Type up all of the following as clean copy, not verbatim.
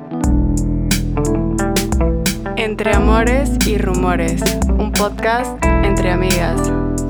Entre amores y rumores, un podcast entre amigas.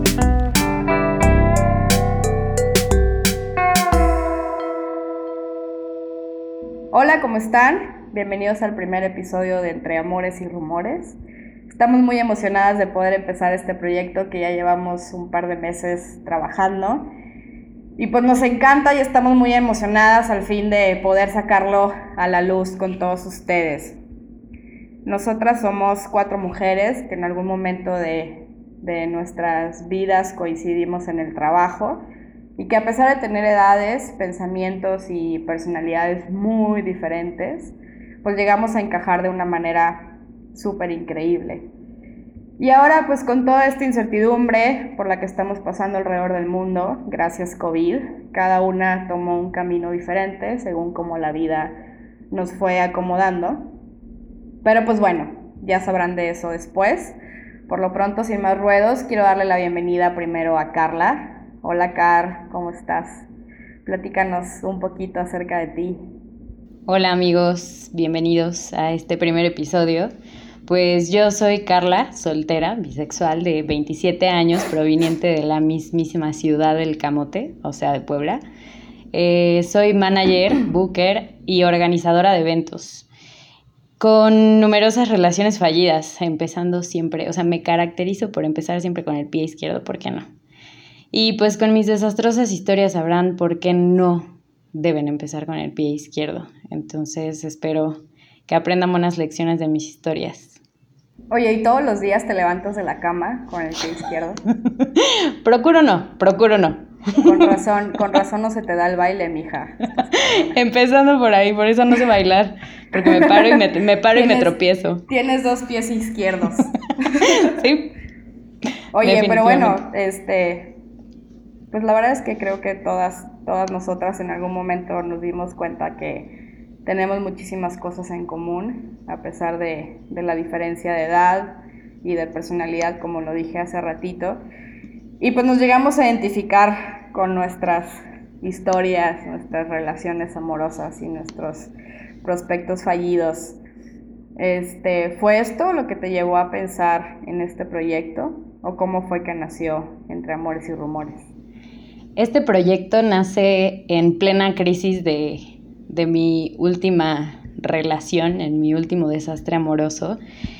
Hola, ¿cómo están? Bienvenidos al primer episodio de Entre amores y rumores. Estamos muy emocionadas de poder empezar este proyecto que ya llevamos un par de meses trabajando. Y pues nos encanta y estamos muy emocionadas al fin de poder sacarlo a la luz con todos ustedes. Nosotras somos 4 mujeres que en algún momento de nuestras vidas coincidimos en el trabajo y que a pesar de tener edades, pensamientos y personalidades muy diferentes, pues llegamos a encajar de una manera súper increíble. Y ahora pues con toda esta incertidumbre por la que estamos pasando alrededor del mundo, gracias COVID, cada una tomó un camino diferente según cómo la vida nos fue acomodando. Pero pues bueno, ya sabrán de eso después. Por lo pronto, sin más ruedos, quiero darle la bienvenida primero a Carla. Hola Car, ¿cómo estás? Platícanos un poquito acerca de ti. Hola amigos, bienvenidos a este primer episodio. Pues yo soy Carla, soltera, bisexual de 27 años, proveniente de la mismísima ciudad del Camote, o sea, de Puebla. Soy manager, booker y organizadora de eventos, con numerosas relaciones fallidas, empezando siempre, o sea, me caracterizo por empezar siempre con el pie izquierdo, ¿por qué no? Y pues con mis desastrosas historias sabrán por qué no deben empezar con el pie izquierdo. Entonces espero que aprendan buenas lecciones de mis historias. Oye, ¿y todos los días te levantas de la cama con el pie izquierdo? Procuro no. Con razón no se te da el baile, mija. Empezando por ahí, por eso no sé bailar, porque me paro y me tropiezo. Tienes 2 pies izquierdos. Sí. Oye, pero bueno, pues la verdad es que creo que todas nosotras en algún momento nos dimos cuenta que tenemos muchísimas cosas en común, a pesar de la diferencia de edad y de personalidad, como lo dije hace ratito. Y pues nos llegamos a identificar con nuestras historias, nuestras relaciones amorosas y nuestros prospectos fallidos. ¿Fue esto lo que te llevó a pensar en este proyecto? ¿O cómo fue que nació Entre Amores y Rumores? Este proyecto nace en plena crisis de mi última relación, en mi último desastre amoroso,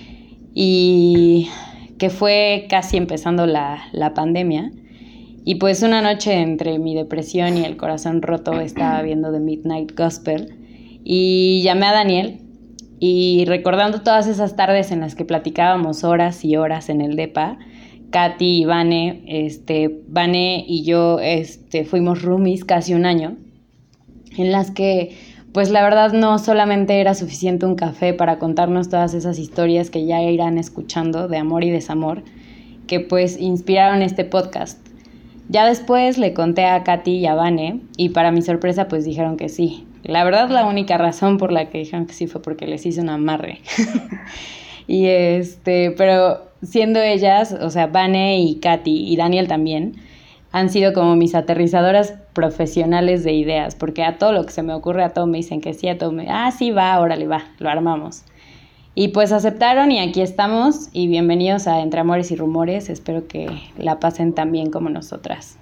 y que fue casi empezando la pandemia. Y pues una noche entre mi depresión y el corazón roto estaba viendo The Midnight Gospel y llamé a Daniel, y recordando todas esas tardes en las que platicábamos horas y horas en el depa, Katy y Vane y yo fuimos roomies casi un año, en las que pues la verdad no solamente era suficiente un café para contarnos todas esas historias que ya irán escuchando de amor y desamor, que pues inspiraron este podcast. Ya después le conté a Katy y a Vane, y para mi sorpresa pues dijeron que sí. La verdad la única razón por la que dijeron que sí fue porque les hice un amarre. Y pero siendo ellas, o sea, Vane y Katy y Daniel también, han sido como mis aterrizadoras profesionales de ideas, porque a todo lo que se me ocurre, a todo me dicen que sí, a todo sí va, órale va, lo armamos. Y pues aceptaron y aquí estamos, y bienvenidos a Entre Amores y Rumores, espero que la pasen tan bien como nosotras.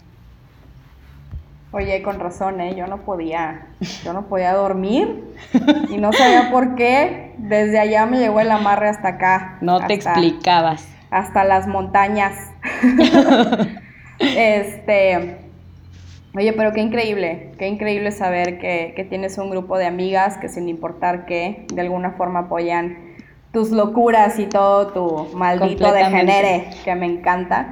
Oye, con razón, yo no podía dormir y no sabía por qué. Desde allá me llegó el amarre hasta acá. No te explicabas. Hasta las montañas. Oye, pero qué increíble saber que tienes un grupo de amigas que sin importar qué, de alguna forma apoyan tus locuras y todo tu maldito degenere, que me encanta.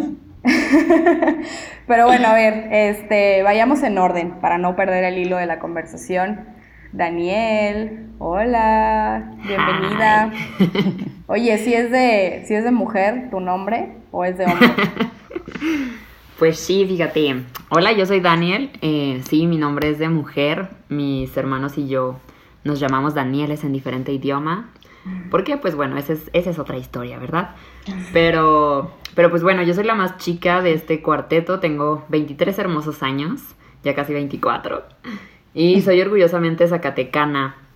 Pero bueno, a ver, vayamos en orden para no perder el hilo de la conversación. Daniel, hola, bienvenida. Oye, ¿si es de mujer tu nombre o es de hombre? Pues sí, fíjate. Hola, yo soy Daniel. Sí, mi nombre es de mujer. Mis hermanos y yo nos llamamos Danieles en diferente idioma. Porque, pues bueno, esa es otra historia, ¿verdad? Pero pues bueno, yo soy la más chica de este cuarteto. Tengo 23 hermosos años, ya casi 24. Y soy orgullosamente zacatecana.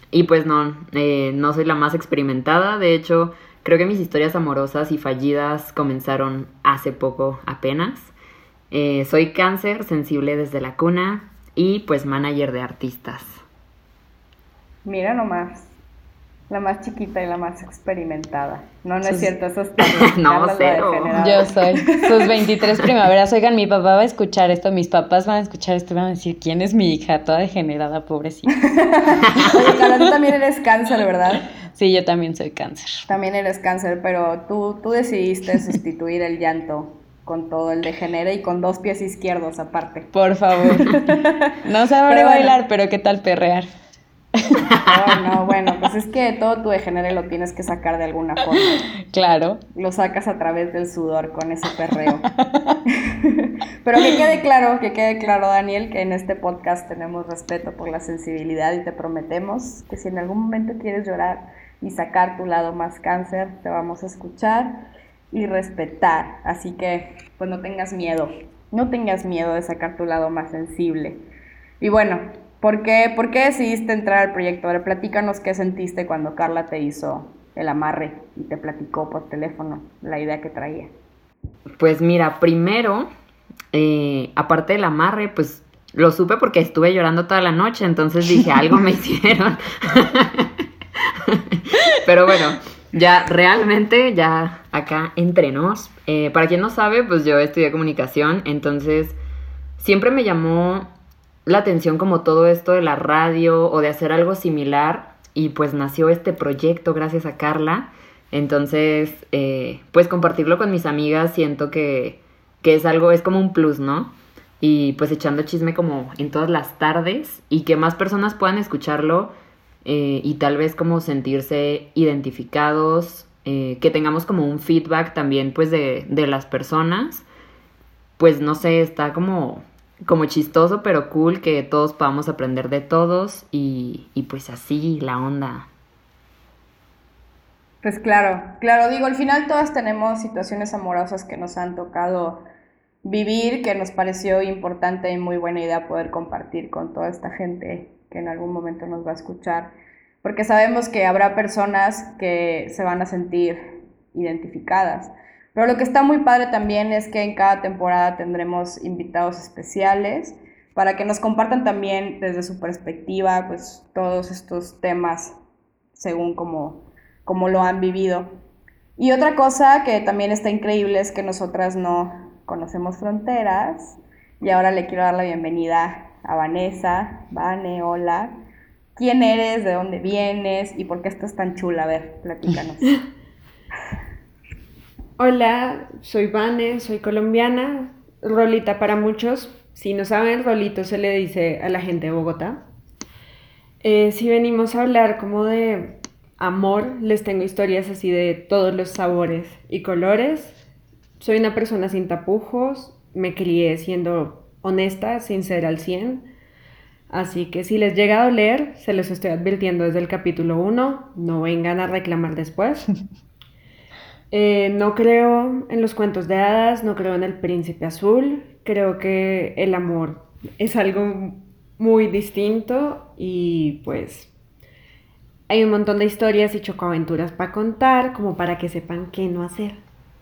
Y pues no soy la más experimentada. De hecho, creo que mis historias amorosas y fallidas comenzaron hace poco apenas. Soy Cáncer, sensible desde la cuna y pues manager de artistas. Mira nomás, la más chiquita y la más experimentada. No es cierto, eso es No, cero. Yo soy sus 23 primaveras. Oigan, mi papá va a escuchar esto, mis papás van a escuchar esto y van a decir, ¿quién es mi hija? Toda degenerada, pobrecita. Oye, Carla, tú también eres Cáncer, ¿verdad? Sí, yo también soy Cáncer. También eres Cáncer, pero tú decidiste sustituir el llanto con todo el degenere y con 2 pies izquierdos aparte. Por favor. No sabré bailar, pero ¿qué tal perrear? No, bueno, pues es que todo tu degenere lo tienes que sacar de alguna forma. Claro. Lo sacas a través del sudor con ese perreo. Pero que quede claro, Daniel, que en este podcast tenemos respeto por la sensibilidad y te prometemos que si en algún momento quieres llorar y sacar tu lado más Cáncer, te vamos a escuchar y respetar. Así que, pues no tengas miedo de sacar tu lado más sensible. Y bueno, ¿por qué decidiste entrar al proyecto? A ver, platícanos qué sentiste cuando Carla te hizo el amarre y te platicó por teléfono la idea que traía. Pues mira, primero, aparte del amarre, pues lo supe porque estuve llorando toda la noche, entonces dije, algo me hicieron. Pero bueno, ya realmente, ya acá entre nos, para quien no sabe, pues yo estudié comunicación, entonces siempre me llamó la atención como todo esto de la radio o de hacer algo similar y pues nació este proyecto gracias a Carla. Entonces, pues compartirlo con mis amigas siento que es algo, es como un plus, ¿no? Y pues echando chisme como en todas las tardes y que más personas puedan escucharlo y tal vez como sentirse identificados, que tengamos como un feedback también pues de las personas. Pues no sé, está como chistoso, pero cool que todos podamos aprender de todos y pues así la onda. Pues claro, digo, al final todas tenemos situaciones amorosas que nos han tocado vivir, que nos pareció importante y muy buena idea poder compartir con toda esta gente que en algún momento nos va a escuchar, porque sabemos que habrá personas que se van a sentir identificadas. Pero lo que está muy padre también es que en cada temporada tendremos invitados especiales para que nos compartan también desde su perspectiva pues todos estos temas según como lo han vivido. Y otra cosa que también está increíble es que nosotras no conocemos fronteras y ahora le quiero dar la bienvenida a Vanessa. Vane, hola. ¿Quién eres? ¿De dónde vienes? ¿Y por qué estás tan chula? A ver, platícanos. Hola, soy Vane, soy colombiana, Rolita para muchos. Si no saben, Rolito se le dice a la gente de Bogotá. Si venimos a hablar como de amor, les tengo historias así de todos los sabores y colores. Soy una persona sin tapujos, me crié siendo honesta, sincera al 100. Así que si les llega a doler, se los estoy advirtiendo desde el capítulo 1, no vengan a reclamar después. No creo en los cuentos de hadas, no creo en el príncipe azul, creo que el amor es algo muy distinto y pues hay un montón de historias y chocoaventuras para contar como para que sepan qué no hacer.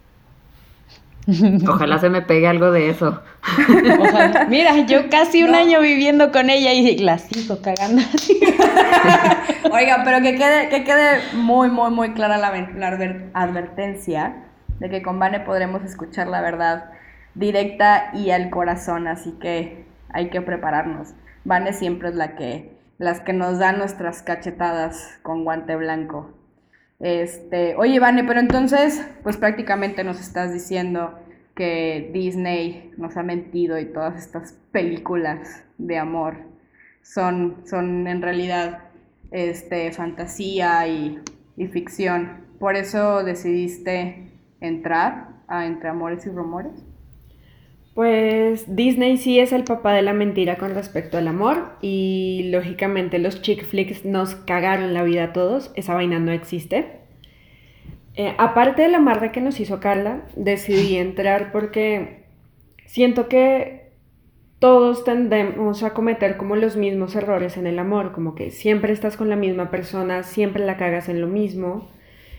Ojalá se me pegue algo de eso. Ojalá. Mira, yo casi un año viviendo con ella y la sigo cagando así. Oiga, pero que quede muy, muy, muy clara la advertencia de que con Vane podremos escuchar la verdad directa y al corazón, así que hay que prepararnos. Vane siempre es las que nos dan nuestras cachetadas con guante blanco. Oye, Vane, pero entonces, pues prácticamente nos estás diciendo que Disney nos ha mentido y todas estas películas de amor son en realidad fantasía y ficción. ¿Por eso decidiste entrar a Entre Amores y Rumores? Pues Disney sí es el papá de la mentira con respecto al amor y lógicamente los chick flicks nos cagaron la vida a todos, esa vaina no existe. Aparte del amarre que nos hizo Carla, decidí entrar porque siento que todos tendemos a cometer como los mismos errores en el amor, como que siempre estás con la misma persona, siempre la cagas en lo mismo.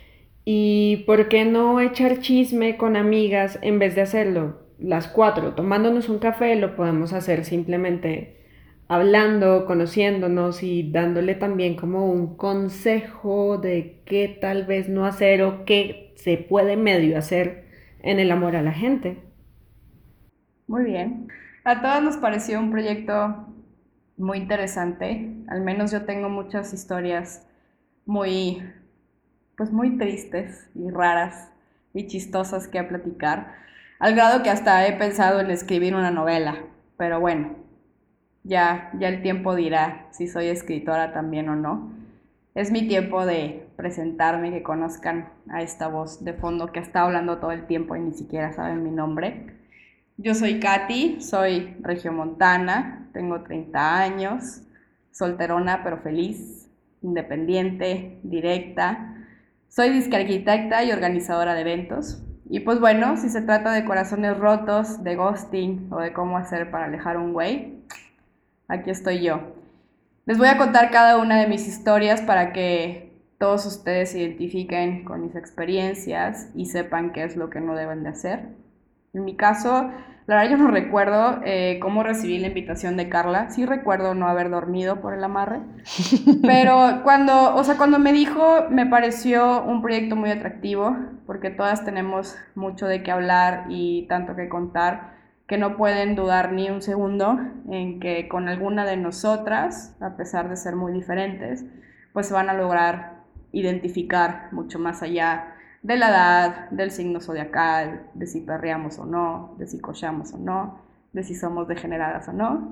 ¿Y por qué no echar chisme con amigas en vez de hacerlo las cuatro? Tomándonos un café lo podemos hacer simplemente hablando, conociéndonos y dándole también como un consejo de qué tal vez no hacer o qué se puede medio hacer en el amor a la gente. Muy bien. A todas nos pareció un proyecto muy interesante. Al menos yo tengo muchas historias muy, pues muy tristes y raras y chistosas que platicar, al grado que hasta he pensado en escribir una novela. Pero bueno, ya el tiempo dirá si soy escritora también o no. Es mi tiempo de presentarme, que conozcan a esta voz de fondo que está hablando todo el tiempo y ni siquiera saben mi nombre. Yo soy Katy, soy regiomontana, tengo 30 años, solterona pero feliz, independiente, directa. Soy disque arquitecta y organizadora de eventos. Y pues bueno, si se trata de corazones rotos, de ghosting o de cómo hacer para alejar a un güey, aquí estoy yo. Les voy a contar cada una de mis historias para que todos ustedes se identifiquen con mis experiencias y sepan qué es lo que no deben de hacer. En mi caso, la verdad yo no recuerdo cómo recibí la invitación de Carla. Sí recuerdo no haber dormido por el amarre. Pero cuando me dijo, me pareció un proyecto muy atractivo, porque todas tenemos mucho de qué hablar y tanto que contar, que no pueden dudar ni un segundo en que con alguna de nosotras, a pesar de ser muy diferentes, pues se van a lograr identificar mucho más allá de la edad, del signo zodiacal, de si perreamos o no, de si cochamos o no, de si somos degeneradas o no.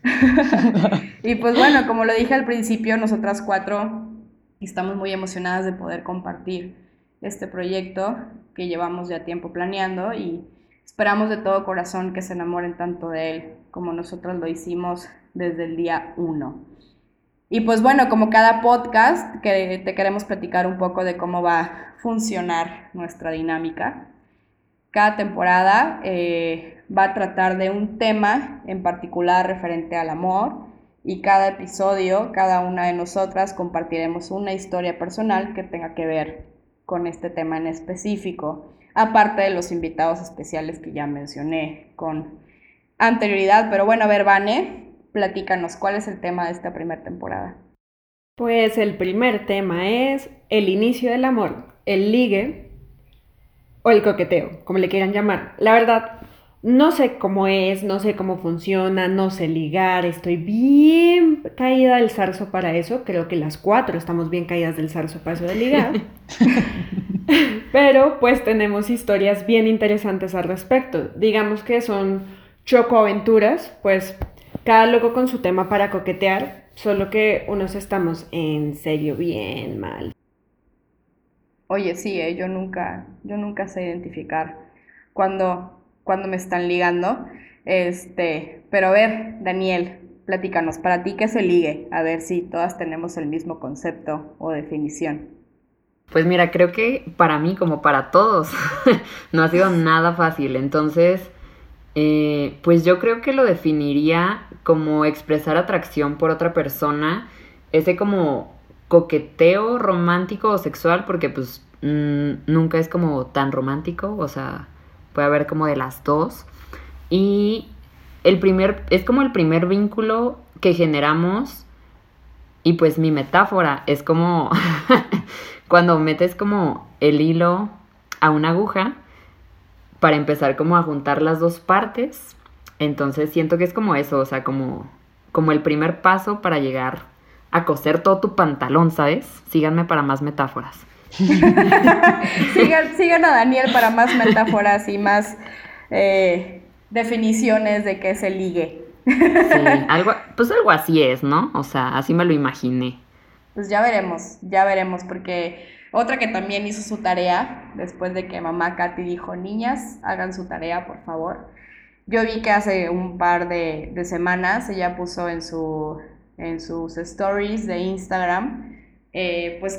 Y pues bueno, como lo dije al principio, nosotras cuatro estamos muy emocionadas de poder compartir este proyecto que llevamos ya tiempo planeando y esperamos de todo corazón que se enamoren tanto de él como nosotros lo hicimos desde el día 1. Y pues bueno, como cada podcast, que te queremos platicar un poco de cómo va a funcionar nuestra dinámica. Cada temporada va a tratar de un tema en particular referente al amor y cada episodio, cada una de nosotras compartiremos una historia personal que tenga que ver con este tema en específico, aparte de los invitados especiales que ya mencioné con anterioridad. Pero bueno, a ver, Vane, platícanos, ¿cuál es el tema de esta primera temporada? Pues el primer tema es el inicio del amor, el ligue o el coqueteo, como le quieran llamar. La verdad, no sé cómo es, no sé cómo funciona, no sé ligar, estoy bien caída del zarzo para eso. Creo que las cuatro estamos bien caídas del zarzo para eso de ligar. Pero pues tenemos historias bien interesantes al respecto. Digamos que son chocoaventuras, pues cada loco con su tema para coquetear, solo que unos estamos en serio bien mal. Oye, sí, yo nunca sé identificar cuando me están ligando. Pero a ver, Daniel, platícanos, para ti, ¿qué es el ligue? A ver si todas tenemos el mismo concepto o definición. Pues mira, creo que para mí, como para todos, no ha sido nada fácil. Entonces, pues yo creo que lo definiría como expresar atracción por otra persona, ese como coqueteo romántico o sexual, porque pues nunca es como tan romántico, o sea, puede haber como de las dos. Y es como el primer vínculo que generamos, y pues mi metáfora es como cuando metes como el hilo a una aguja para empezar como a juntar las dos partes. Entonces siento que es como eso, o sea, como el primer paso para llegar a coser todo tu pantalón, ¿sabes? Síganme para más metáforas. Sigan a Daniel para más metáforas y más definiciones de qué es el ligue. Sí, algo así es, ¿no? O sea, así me lo imaginé. Pues ya veremos, porque otra que también hizo su tarea, después de que mamá Katy dijo, niñas, hagan su tarea, por favor. Yo vi que hace un par de semanas ella puso en sus stories de Instagram, pues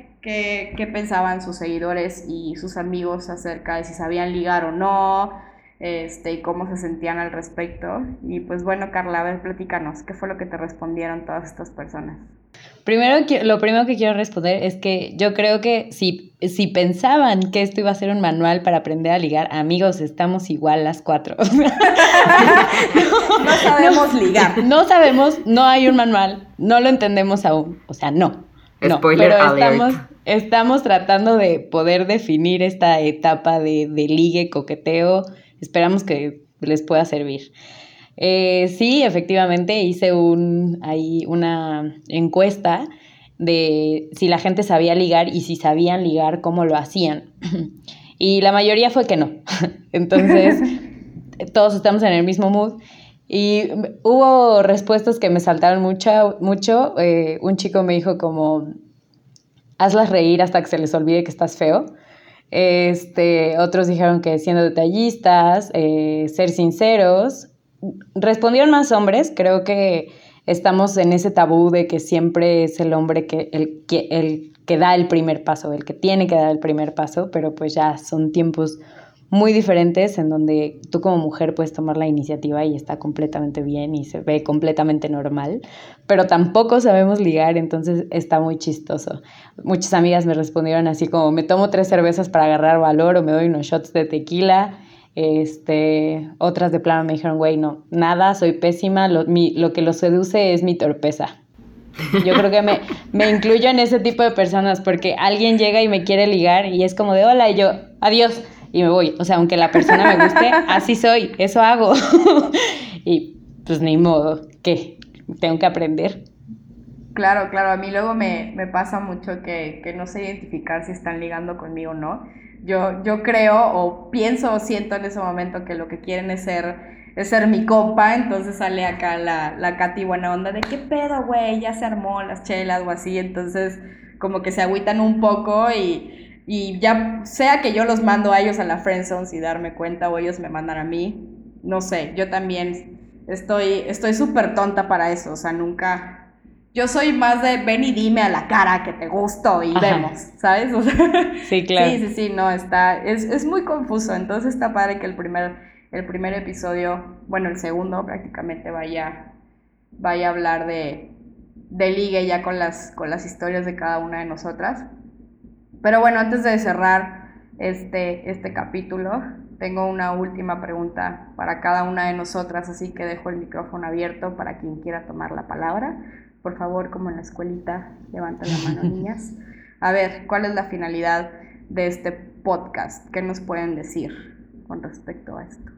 qué pensaban sus seguidores y sus amigos acerca de si sabían ligar o no, y cómo se sentían al respecto. Y pues bueno, Carla, a ver, platícanos, ¿qué fue lo que te respondieron todas estas personas? Lo primero que quiero responder es que yo creo que si pensaban que esto iba a ser un manual para aprender a ligar, amigos, estamos igual las 4. No sabemos ligar. No sabemos, no hay un manual, no lo entendemos aún, o sea, no. Spoiler pero alert. estamos tratando de poder definir esta etapa de ligue, coqueteo. Esperamos que les pueda servir. Sí, efectivamente hice una encuesta de si la gente sabía ligar y si sabían ligar, cómo lo hacían. Y la mayoría fue que no. Entonces, todos estamos en el mismo mood. Y hubo respuestas que me saltaron mucho. Un chico me dijo como, hazlas reír hasta que se les olvide que estás feo. Otros dijeron que siendo detallistas, ser sinceros. Respondieron más hombres. Creo que estamos en ese tabú de que siempre es el hombre el que da el primer paso, el que tiene que dar el primer paso, pero pues ya son tiempos muy diferentes en donde tú como mujer puedes tomar la iniciativa y está completamente bien y se ve completamente normal, pero tampoco sabemos ligar, entonces está muy chistoso. Muchas amigas me respondieron así como, me tomo 3 cervezas para agarrar valor o me doy unos shots de tequila. Otras de plano me dijeron, güey, no, nada, soy pésima, lo que los seduce es mi torpeza. Yo creo que me incluyo en ese tipo de personas porque alguien llega y me quiere ligar y es como de hola y yo, adiós, y me voy. O sea, aunque la persona me guste, así soy, eso hago. Y pues ni modo, ¿qué? Tengo que aprender. Claro, a mí luego me pasa mucho que no sé identificar si están ligando conmigo o no. Yo creo o pienso o siento en ese momento que lo que quieren es ser mi compa, entonces sale acá la Katy buena onda de qué pedo, güey, ya se armó las chelas o así, entonces como que se agüitan un poco y ya sea que yo los mando a ellos a la friendzone sin darme cuenta o ellos me mandan a mí, no sé, yo también estoy súper tonta para eso, o sea, nunca... Yo soy más de ven y dime a la cara que te gusto y vemos, ¿sabes? O sea, sí, claro. Sí, no, es muy confuso, entonces está padre que el primer episodio, bueno, el segundo prácticamente vaya a hablar de ligue ya con las historias de cada una de nosotras. Pero bueno, antes de cerrar este capítulo, tengo una última pregunta para cada una de nosotras, así que dejo el micrófono abierto para quien quiera tomar la palabra. Por favor, como en la escuelita, levanten la mano, niñas. A ver, ¿cuál es la finalidad de este podcast? ¿Qué nos pueden decir con respecto a esto?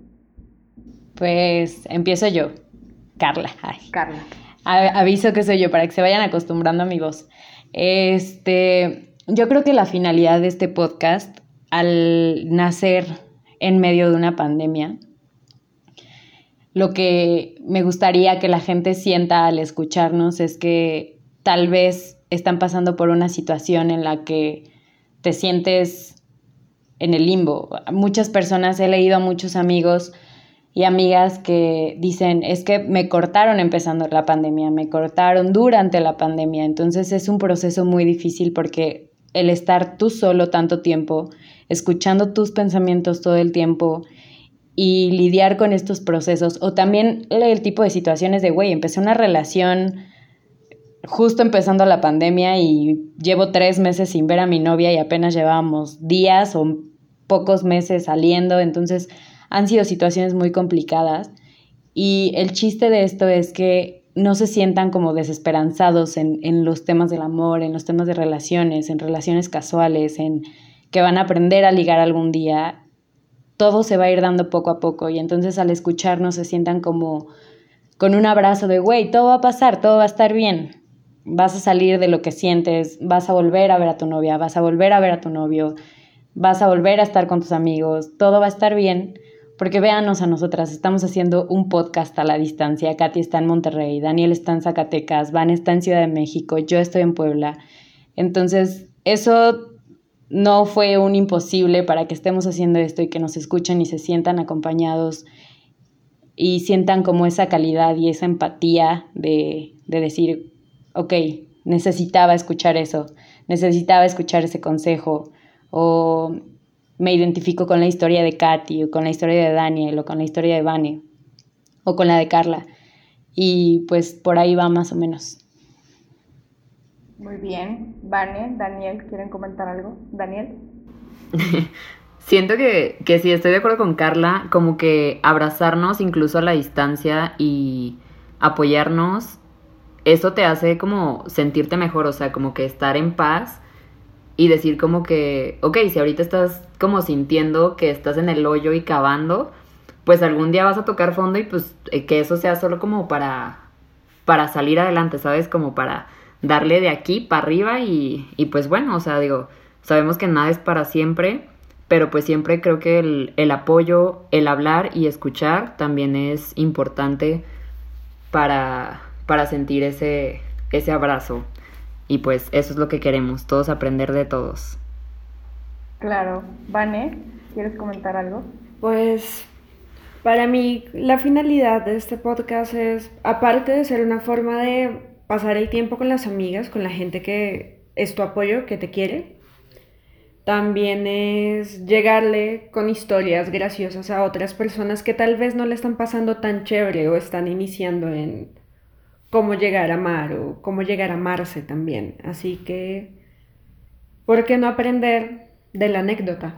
Pues empiezo yo, Carla. Ay. Carla. Aviso que soy yo para que se vayan acostumbrando a mi voz. Yo creo que la finalidad de este podcast, al nacer en medio de una pandemia, lo que me gustaría que la gente sienta al escucharnos es que tal vez están pasando por una situación en la que te sientes en el limbo. Muchas personas, he leído a muchos amigos y amigas que dicen, es que me cortaron empezando la pandemia, me cortaron durante la pandemia. Entonces es un proceso muy difícil porque el estar tú solo tanto tiempo, escuchando tus pensamientos todo el tiempo y lidiar con estos procesos, o también el tipo de situaciones de, güey, empecé una relación justo empezando la pandemia y llevo 3 meses sin ver a mi novia y apenas llevábamos días o pocos meses saliendo, entonces han sido situaciones muy complicadas y el chiste de esto es que no se sientan como desesperanzados en los temas del amor, en los temas de relaciones, en relaciones casuales, en que van a aprender a ligar algún día. Todo se va a ir dando poco a poco y entonces al escucharnos se sientan como con un abrazo de, güey, todo va a pasar, todo va a estar bien. Vas a salir de lo que sientes, vas a volver a ver a tu novia, vas a volver a ver a tu novio, vas a volver a estar con tus amigos, todo va a estar bien, porque véanos a nosotras, estamos haciendo un podcast a la distancia. Katy está en Monterrey, Daniel está en Zacatecas, Van está en Ciudad de México, yo estoy en Puebla. Entonces, eso no fue un imposible para que estemos haciendo esto y que nos escuchen y se sientan acompañados y sientan como esa calidad y esa empatía de decir, ok, necesitaba escuchar eso, necesitaba escuchar ese consejo, o me identifico con la historia de Katy, o con la historia de Daniel, o con la historia de Vane, o con la de Carla. Y pues por ahí va más o menos. Muy bien. Vane, Daniel, ¿quieren comentar algo? Daniel. Siento que sí, estoy de acuerdo con Carla, como que abrazarnos incluso a la distancia y apoyarnos, eso te hace como sentirte mejor, o sea, como que estar en paz y decir como que, ok, si ahorita estás como sintiendo que estás en el hoyo y cavando, pues algún día vas a tocar fondo y pues que eso sea solo como para salir adelante, ¿sabes? Como para darle de aquí para arriba y pues bueno, o sea, digo, sabemos que nada es para siempre, pero pues siempre creo que el apoyo, el hablar y escuchar también es importante para sentir ese abrazo. Y pues eso es lo que queremos, todos aprender de todos. Claro. Vane, ¿quieres comentar algo? Pues para mí la finalidad de este podcast es, aparte de ser una forma de pasar el tiempo con las amigas, con la gente que es tu apoyo, que te quiere, también es llegarle con historias graciosas a otras personas que tal vez no le están pasando tan chévere o están iniciando en cómo llegar a amar o cómo llegar a amarse también. Así que, ¿por qué no aprender de la anécdota?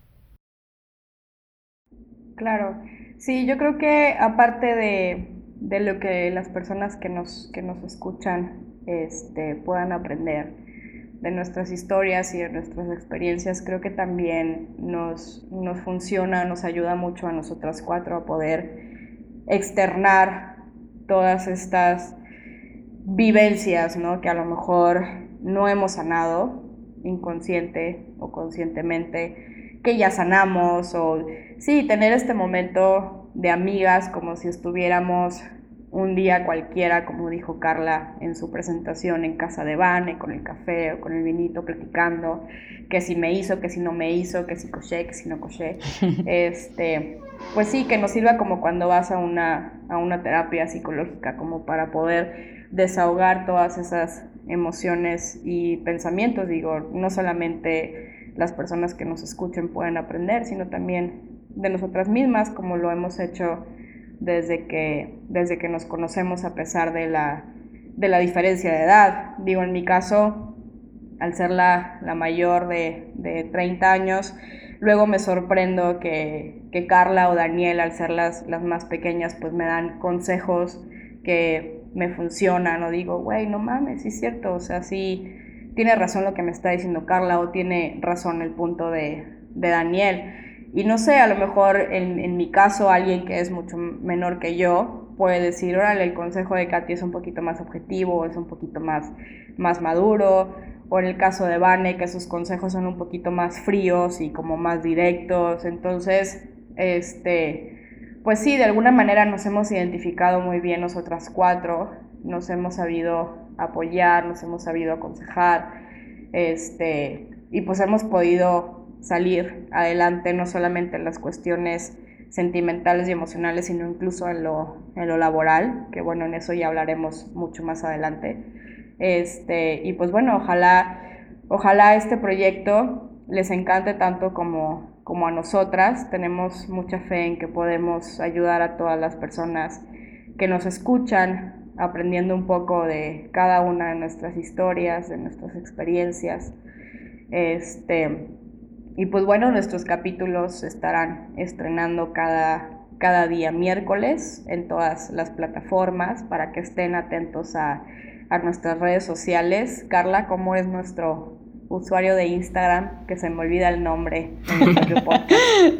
Claro. Sí, yo creo que aparte de lo que las personas que nos escuchan puedan aprender de nuestras historias y de nuestras experiencias, creo que también nos funciona, nos ayuda mucho a nosotras cuatro a poder externar todas estas vivencias, ¿no? Que a lo mejor no hemos sanado inconsciente o conscientemente, que ya sanamos, o sí, tener este momento de amigas como si estuviéramos un día cualquiera, como dijo Carla en su presentación, en casa de Vane, con el café o con el vinito, platicando, que si me hizo, que si no me hizo, que si coché, que si no coché. Pues sí, que nos sirva como cuando vas a una terapia psicológica, como para poder desahogar todas esas emociones y pensamientos. Digo, no solamente las personas que nos escuchen pueden aprender, sino también de nosotras mismas, como lo hemos hecho desde que nos conocemos, a pesar de la diferencia de edad. Digo, en mi caso, al ser la mayor de 30 años, luego me sorprendo que Carla o Daniel, al ser las más pequeñas, pues me dan consejos que me funcionan, o digo, güey, no mames, sí es cierto, o sea, sí tiene razón lo que me está diciendo Carla, o tiene razón el punto de Daniel. Y no sé, a lo mejor en mi caso, alguien que es mucho menor que yo puede decir, órale, el consejo de Katy es un poquito más objetivo, es un poquito más maduro, o en el caso de Vane, que sus consejos son un poquito más fríos y como más directos. Entonces, pues sí, de alguna manera nos hemos identificado muy bien nosotras cuatro, nos hemos sabido apoyar, nos hemos sabido aconsejar, y pues hemos podido salir adelante, no solamente en las cuestiones sentimentales y emocionales, sino incluso en lo laboral, que bueno, en eso ya hablaremos mucho más adelante. Y pues bueno, ojalá este proyecto les encante tanto como a nosotras. Tenemos mucha fe en que podemos ayudar a todas las personas que nos escuchan, aprendiendo un poco de cada una de nuestras historias, de nuestras experiencias. Y pues bueno, nuestros capítulos se estarán estrenando cada día miércoles en todas las plataformas, para que estén atentos a nuestras redes sociales. Carla, ¿cómo es nuestro usuario de Instagram? Que se me olvida el nombre en el propio podcast.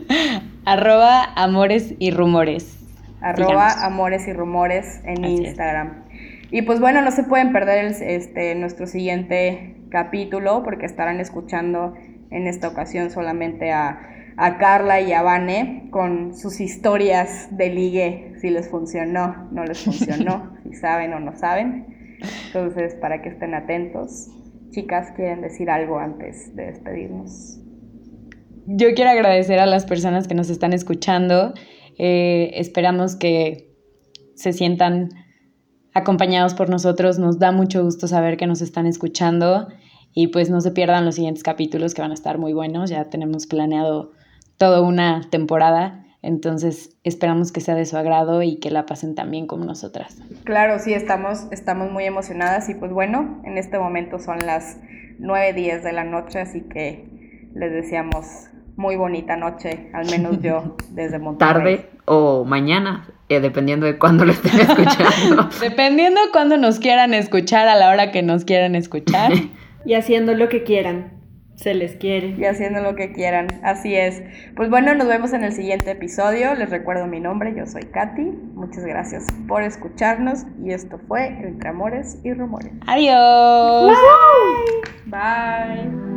@amores y rumores. @amores y rumores en Así Instagram. Es. Y pues bueno, no se pueden perder nuestro siguiente capítulo, porque estarán escuchando en esta ocasión solamente a Carla y a Vane con sus historias de ligue, si les funcionó, no les funcionó, si saben o no saben. Entonces, para que estén atentos. Chicas, ¿quieren decir algo antes de despedirnos? Yo quiero agradecer a las personas que nos están escuchando. Esperamos que se sientan acompañados por nosotros. Nos da mucho gusto saber que nos están escuchando. Y pues no se pierdan los siguientes capítulos que van a estar muy buenos. Ya tenemos planeado toda una temporada. Entonces esperamos que sea de su agrado y que la pasen tan bien como nosotras. Claro, sí, estamos muy emocionadas y pues bueno, en este momento son las 9:10 de la noche, así que les deseamos muy bonita noche, al menos yo desde Monterrey. Tarde o mañana, dependiendo de cuándo lo estén escuchando. Dependiendo de cuándo nos quieran escuchar, a la hora que nos quieran escuchar. Y haciendo lo que quieran. Se les quiere. Y haciendo lo que quieran, así es. Pues bueno, nos vemos en el siguiente episodio. Les recuerdo mi nombre, yo soy Katy. Muchas gracias por escucharnos y esto fue Entre Amores y Rumores. Adiós. Bye.